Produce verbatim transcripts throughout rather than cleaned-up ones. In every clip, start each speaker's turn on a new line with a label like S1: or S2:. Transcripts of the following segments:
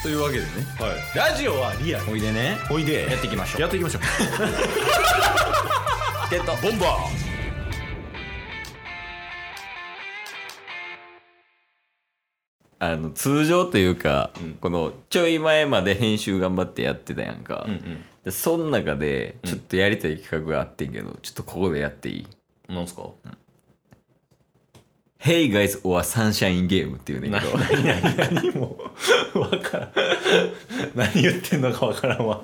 S1: というわけでね、
S2: はい、ラジオはリアル。
S1: おいでね、
S2: おいで
S1: やっていきましょう。
S2: やっていきましょう
S1: ゲット
S2: ボンバー。
S1: あの通常というか、
S2: うん、
S1: このちょい前まで編集頑張ってやってたやんか、
S2: うんうん、
S1: でその中でちょっとやりたい企画があってんけど、うん、ちょっとここでやっていい？
S2: なんすか、
S1: うん、Hey guys or Sunshine Game っていうねんけど、
S2: 何何何も分からん何言ってんのか分からんわ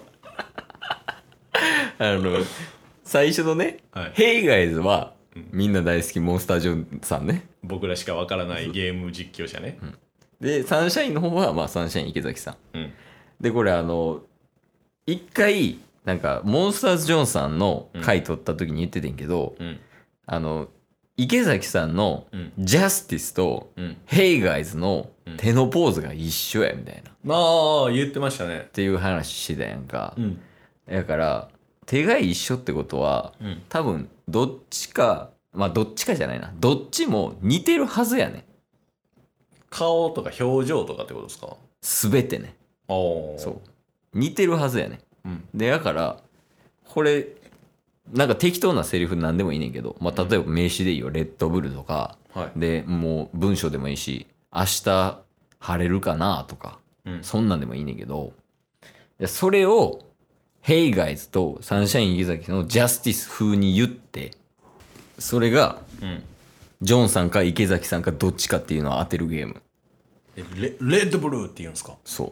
S1: あの最初のね、はい、Hey guys は、うん、みんな大好きモンスタージョンさんね、
S2: 僕らしか分からないゲーム実況者ね、うん、
S1: でサンシャインの方はまあサンシャイン池崎さん、うん、でこれあの一回なんかモンスターズジョンさんの回撮った時に言っててんけど、うん、あの池崎さんのジャスティスとヘイガイズの手のポーズが一緒やみたいな、
S2: うん、ああ言ってましたね
S1: っていう話してたやんか、うん、だから手が一緒ってことは、うん、多分どっちかまあどっちかじゃないな、どっちも似てるはずやねん。
S2: 顔とか表情とかってことですか？
S1: すべてね。そう似てるはずやね、うん、でだからこれなんか適当なセリフなんでもいいねんけど、まあ、例えば名詞でいいよ、レッドブルとか、はい、でもう文章でもいいし、明日晴れるかなとか、うん、そんなんでもいいねんけど、それをヘイガイズとサンシャイン池崎のジャスティス風に言って、それが、うん、ジョンさんか池崎さんかどっちかっていうのを当てるゲーム。
S2: え レ, レッドブルーって言うんですか？
S1: そう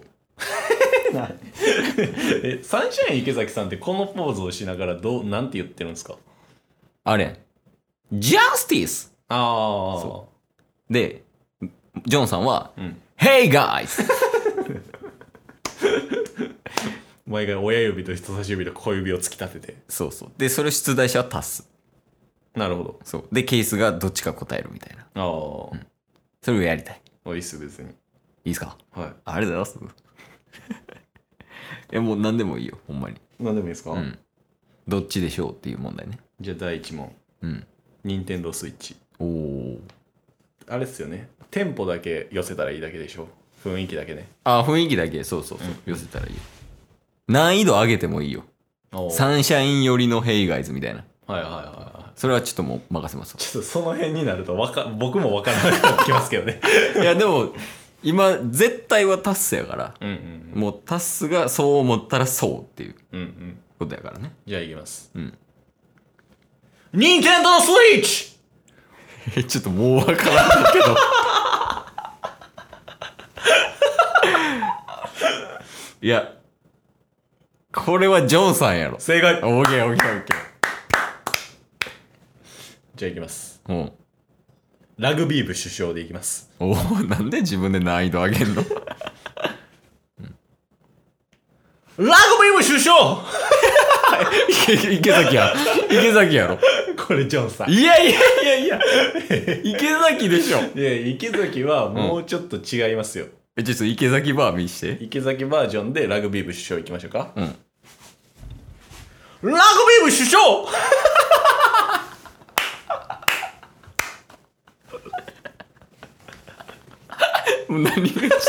S2: えサンシャイン池崎さんってこのポーズをしながらどうなんて言ってるんですか？
S1: あれジャスティス。
S2: ああ
S1: そうでジョンさんは、うん、Hey guys
S2: 毎回親指と人差し指と小指を突き立てて、
S1: そうそうでそれを出題者は足す。
S2: なるほど。
S1: そうでケースがどっちか答えるみたいな。ああ、うん、それをやりたい。
S2: あいいっす別に。
S1: いいっすか？
S2: はい。
S1: ありがとうございます。いやもう何でもいいよほんまに。
S2: 何でもいいですか？
S1: うん。どっちでしょうっていう問題ね。
S2: じゃあだいいち問。
S1: うん。
S2: ニンテンドースイッチ。
S1: おお。
S2: あれっすよね。テンポだけ寄せたらいいだけでしょ。雰囲気だけね。
S1: あ雰囲気だけそうそうそう、うん、寄せたらいいよ。難易度上げてもいいよ。サンシャイン寄りのヘイガイズみたいな。
S2: はいはいはいはい。
S1: それはちょっともう任せます。
S2: ちょっとその辺になるとわか僕も分からなくなってきますけどね。
S1: いやでも今絶対はタッスやから、うんうんうん、もうタッスがそう思ったらそうっていうことやからね、うんうん、
S2: じゃあいきます。
S1: うん。
S2: ニンテンドースイッチ。
S1: えちょっともう分からんけどいやこれはジョンさんやろ。
S2: 正解。
S1: オッケーオッケーオッケー。
S2: じゃあいきます。
S1: うん。
S2: ラグビー部首相でいきます。
S1: おお、なんで自分で難易度上げんの、うん、
S2: ラグビー部首相
S1: 池崎や池崎やろ
S2: これジョンさん。
S1: いやいやいやいや池崎でしょ。
S2: いや池崎はもうちょっと違いますよ、うん、
S1: えちょっと池崎バー見して。
S2: 池崎バージョンでラグビー部首相いきましょうか。
S1: うん。
S2: ラグビー部首相
S1: 何が違うか分かるね。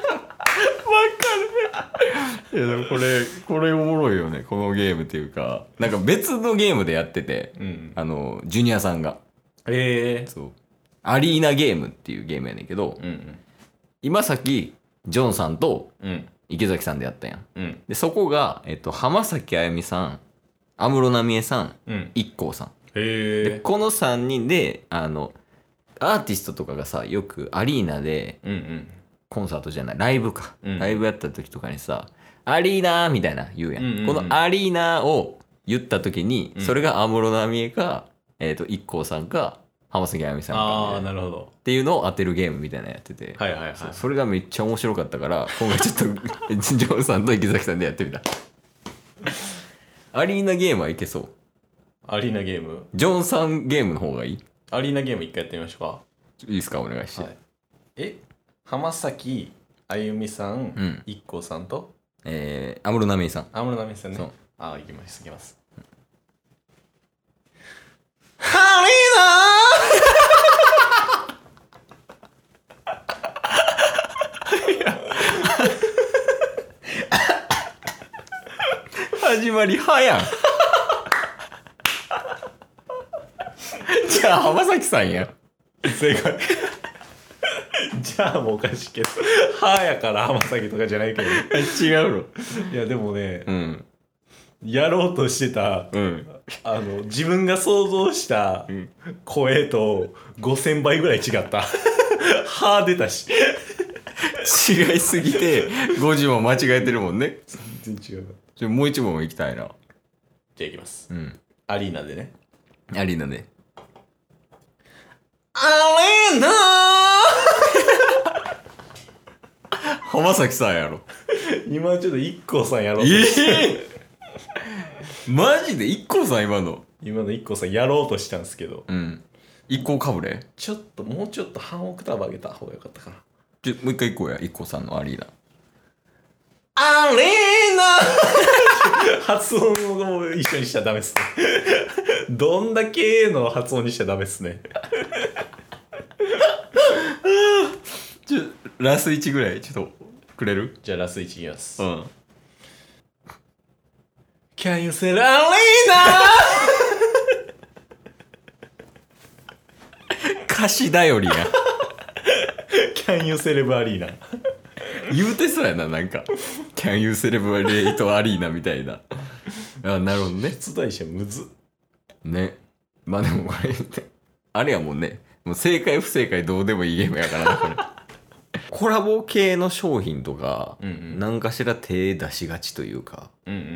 S1: いやでもこれこれおもろいよねこのゲームっていうか、なんか別のゲームでやってて、うん、あのジュニアさんが
S2: ええー、
S1: そうアリーナゲームっていうゲームやねんけど、うんうん、今さっきジョンさんと池崎さんでやったやん、うん、でそこが、えっと、浜崎あゆみさん、安室奈美恵さん、うん、一 k さん、
S2: へ
S1: でこのさんにんであのアーティストとかがさよくアリーナで、うんうん、コンサートじゃないライブか、うん、ライブやった時とかにさアリーナーみたいな言うやん、うんうんうん、このアリーナーを言った時に、うん、それが安室奈美恵か、えー、と一 k さんか浜崎あゆみさんか、
S2: あーなるほど
S1: っていうのを当てるゲームみたいなのやってて、
S2: はいはいはい、
S1: そ, それがめっちゃ面白かったから今回ちょっとジョンさんと池崎さんでやってみた。アリーナゲームはいけそう。
S2: アリーナゲーム
S1: ジョンさんゲームの方がいい。
S2: アリーナゲーム一回やってみましょうか。
S1: いいですかお願いして、はい、
S2: え浜崎あゆみさん、うん、一 k さんと
S1: えー、安室奈美恵さん。
S2: 安室奈美恵さんね。
S1: そう
S2: ああいきますいきます、うん、
S1: アリーナ始まりはやんじゃあ浜崎さんや。
S2: 正解じゃあもうおかしいけどはやから浜崎とかじゃないけど
S1: 違うの。
S2: いやでもね、
S1: うん、
S2: やろうとしてた、
S1: うん、
S2: あの自分が想像した声とごせんばいぐらい違ったは出たし
S1: 違いすぎてごじも間違えてるもんね。
S2: 全然違う。
S1: ちょもう一問行きたいな。
S2: じゃあいきます、
S1: うん、
S2: アリーナでね。
S1: アリーナで
S2: アリーナ
S1: 浜崎さんやろ。
S2: 今ちょっと アイッコー さんやろうと
S1: え
S2: して、
S1: えー、マジで アイッコー さん今の。
S2: 今の アイッコー さんやろうとしたんですけど、
S1: うん。アイッコーかぶれ。
S2: ちょっともうちょっと半オクターブ上げた方がよかったかな。
S1: ちょもう一回行こうや。アイッコー さんのアリーナ。
S2: アリーナ発音を一緒にしちゃダメっすねどんだけの発音にしちゃダメっすね
S1: ちょラスいちぐらいちょっとくれる？
S2: じゃあラスいちいきます。
S1: うん。
S2: Can you say アリーナ
S1: 歌詞頼りや。
S2: Can you celebrate アリーナ
S1: 言うてそうやな、なんか Can you celebrate アリーナみたいな。あ、なるほどね。
S2: 出題者むず
S1: ね。まあでもこれあれやもんね、もう正解不正解どうでもいいゲームやからなこれコラボ系の商品とか、うんうん、何かしら手出しがちというか、うんうんうんうん、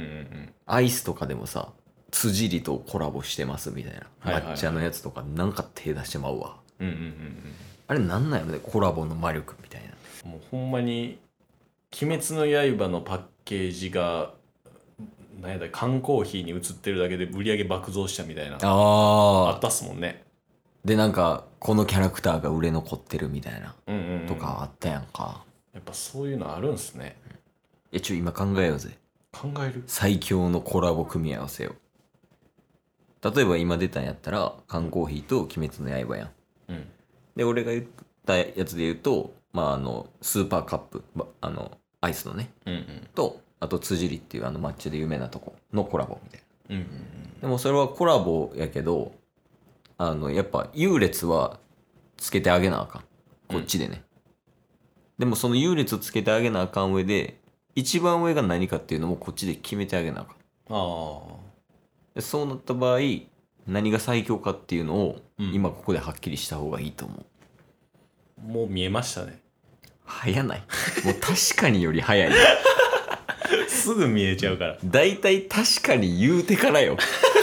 S1: アイスとかでもさ、辻りとコラボしてますみたいな、はいはいはい、抹茶のやつとかなんか手出してまうわ、うんうんうんうん、あれなんなんやろね、コラボの魔力みたいな。
S2: もうほんまに鬼滅の刃のパッケージがなんやだ缶コーヒーに映ってるだけで売り上げ爆増したみたいな、ああったっすもんね。
S1: でなんかこのキャラクターが売れ残ってるみたいな、うんうんうん、とかあったやんか。
S2: やっぱそういうのあるんすね。
S1: いやちょ今考えようぜ。
S2: 考える？
S1: 最強のコラボ組み合わせを。例えば今出たんやったら缶コーヒーと鬼滅の刃やん、うん、で俺が言ったやつで言うと、まああのスーパーカップ、あのアイスのね、うんうん、とあと辻りっていうあの抹茶で有名なとこのコラボみたいな、うんうんうん、でもそれはコラボやけど、あのやっぱ優劣はつけてあげなあかん、こっちでね、うん、でもその優劣つけてあげなあかん上で一番上が何かっていうのもこっちで決めてあげなあかん。ああ。そうなった場合何が最強かっていうのを、うん、今ここではっきりした方がいいと思
S2: う。もう見えましたね。
S1: 早ない？もう確かにより早い
S2: すぐ見えちゃうから。
S1: だいたい確かに言うてからよ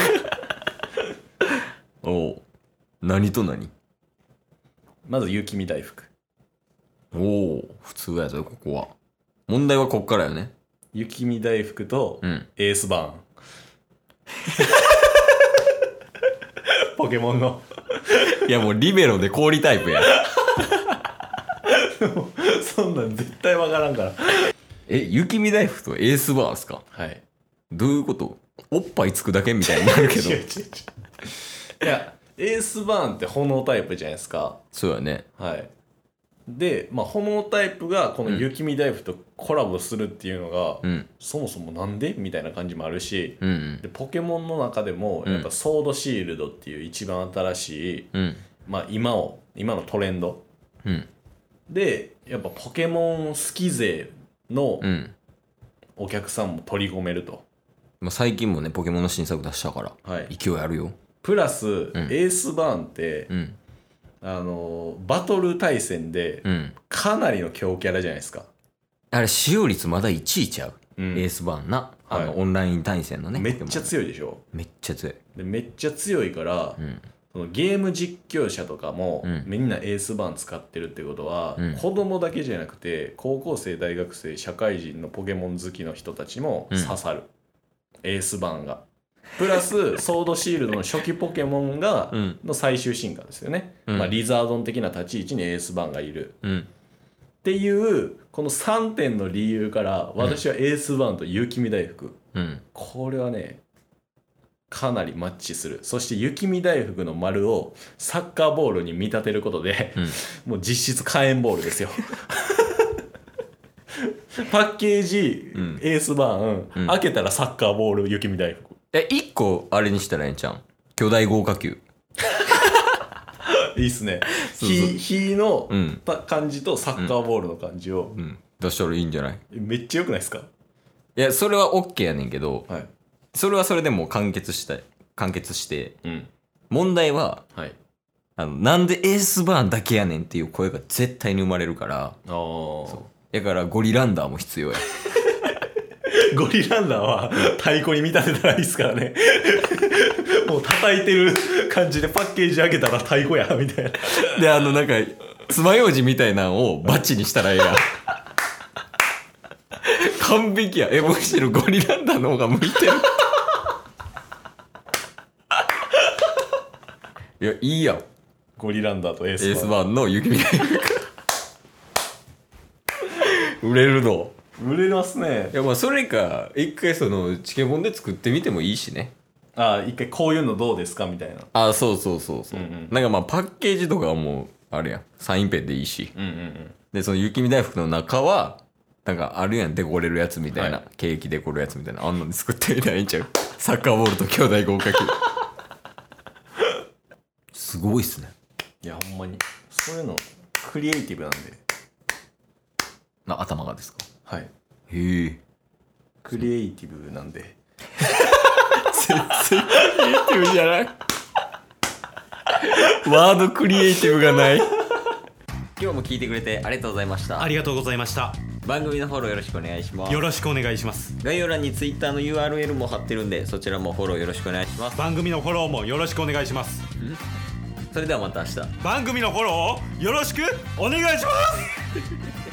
S1: おう、何と何？
S2: まず雪見大福。
S1: おお、普通やぞここは。問題はこっからよね。
S2: 雪見大福とエースバーン、うん、ポケモンの
S1: いやもうリベロで氷タイプや
S2: そんなん絶対わからんから。
S1: え、雪見大福とエースバーンすか？はい。どういうこと？おっぱいつくだけみたいになるけど違う違う違う。
S2: いやエースバーンって炎タイプじゃないですか。
S1: そうやね。
S2: はい。で、まあ、炎タイプがこの雪見大福とコラボするっていうのが、うん、そもそもなんでみたいな感じもあるし、うんうん、でポケモンの中でもやっぱソードシールドっていう一番新しい、うん、まあ、今を今のトレンド、うん、でやっぱポケモン好き勢のお客さんも取り込めると、
S1: まあ、最近もねポケモンの新作出したから、はい、勢いあるよ。
S2: プラス、うん、エースバーンって、うん、あのバトル対戦でかなりの強キャラじゃないですか。
S1: あれ使用率まだいちいちゃう、うん、エースバーンな、あの、はい、オンライン対戦のね。
S2: めっちゃ強いでしょ。
S1: めっちゃ強い。
S2: でめっちゃ強いから、うん、そのゲーム実況者とかも、うん、みんなエースバーン使ってるってことは、うん、子供だけじゃなくて高校生大学生社会人のポケモン好きの人たちも刺さる、うん、エースバーンがプラスソードシールドの初期ポケモンが、うん、の最終進化ですよね、うん、まあ、リザードン的な立ち位置にエースバーンがいる、うん、っていうこのさんてんの理由から私はエースバーンと雪見大福、うん、これはねかなりマッチする。そして雪見大福の丸をサッカーボールに見立てることで、うん、もう実質火炎ボールですよパッケージ、うん、エースバーン、うん、開けたらサッカーボール雪見大福。
S1: えいっこあれにしたらええんちゃうん、巨大豪華球
S2: いいっすね。火火の感じとサッカーボールの感じを、
S1: うんうん、出したらいいんじゃない？
S2: めっちゃよくないですか？
S1: いやそれは OK やねんけど、
S2: はい、
S1: それはそれでもう完結した完結して、うん、問題は、はい、あのなんでエースバーンだけやねんっていう声が絶対に生まれるから、あそうだからゴリランダーも必要や
S2: ゴリランダーは太鼓に見立てたらいいっすからねもう叩いてる感じでパッケージ開けたら太鼓やみたいな
S1: であのなんか爪楊枝みたいなのをバッチにしたらええやん完璧や。えむしろゴリランダーの方が向いてるいやいいやん、
S2: ゴリランダーとエースバーン、
S1: エースバーンの雪みたいな売れるの
S2: 売れますね。
S1: いやまあそれか一回そのチケボンで作ってみてもいいしね。
S2: ああ一回こういうのどうですかみたいな。
S1: ああそうそうそうそう、うんうん、なんかまあパッケージとかはもうあれやんサインペンでいいし、うんうんうん、でその雪見大福の中はなんかあるやんデコれるやつみたいな、はい、ケーキデコるやつみたいなあんのに作ってみたらいいんちゃうサッカーボールと兄弟合格すごいっすね。
S2: いやほんまにそういうのクリエイティブなんで。
S1: な頭がですか？
S2: はい。
S1: へえ。
S2: クリエイティブなんで。
S1: 全然クリエイティブじゃない。ワードクリエイティブがない。今日も聞いてくれてありがとうございました。
S3: ありがとうございました。
S1: 番組のフォローよろしくお願いします。
S3: よろしくお願いします。
S1: 概要欄に Twitter の ユーアールエル も貼ってるんでそちらもフォローよろしくお願いします。
S3: 番組のフォローもよろしくお願いします。
S1: それではまた明日。
S3: 番組のフォローをよろしくお願いします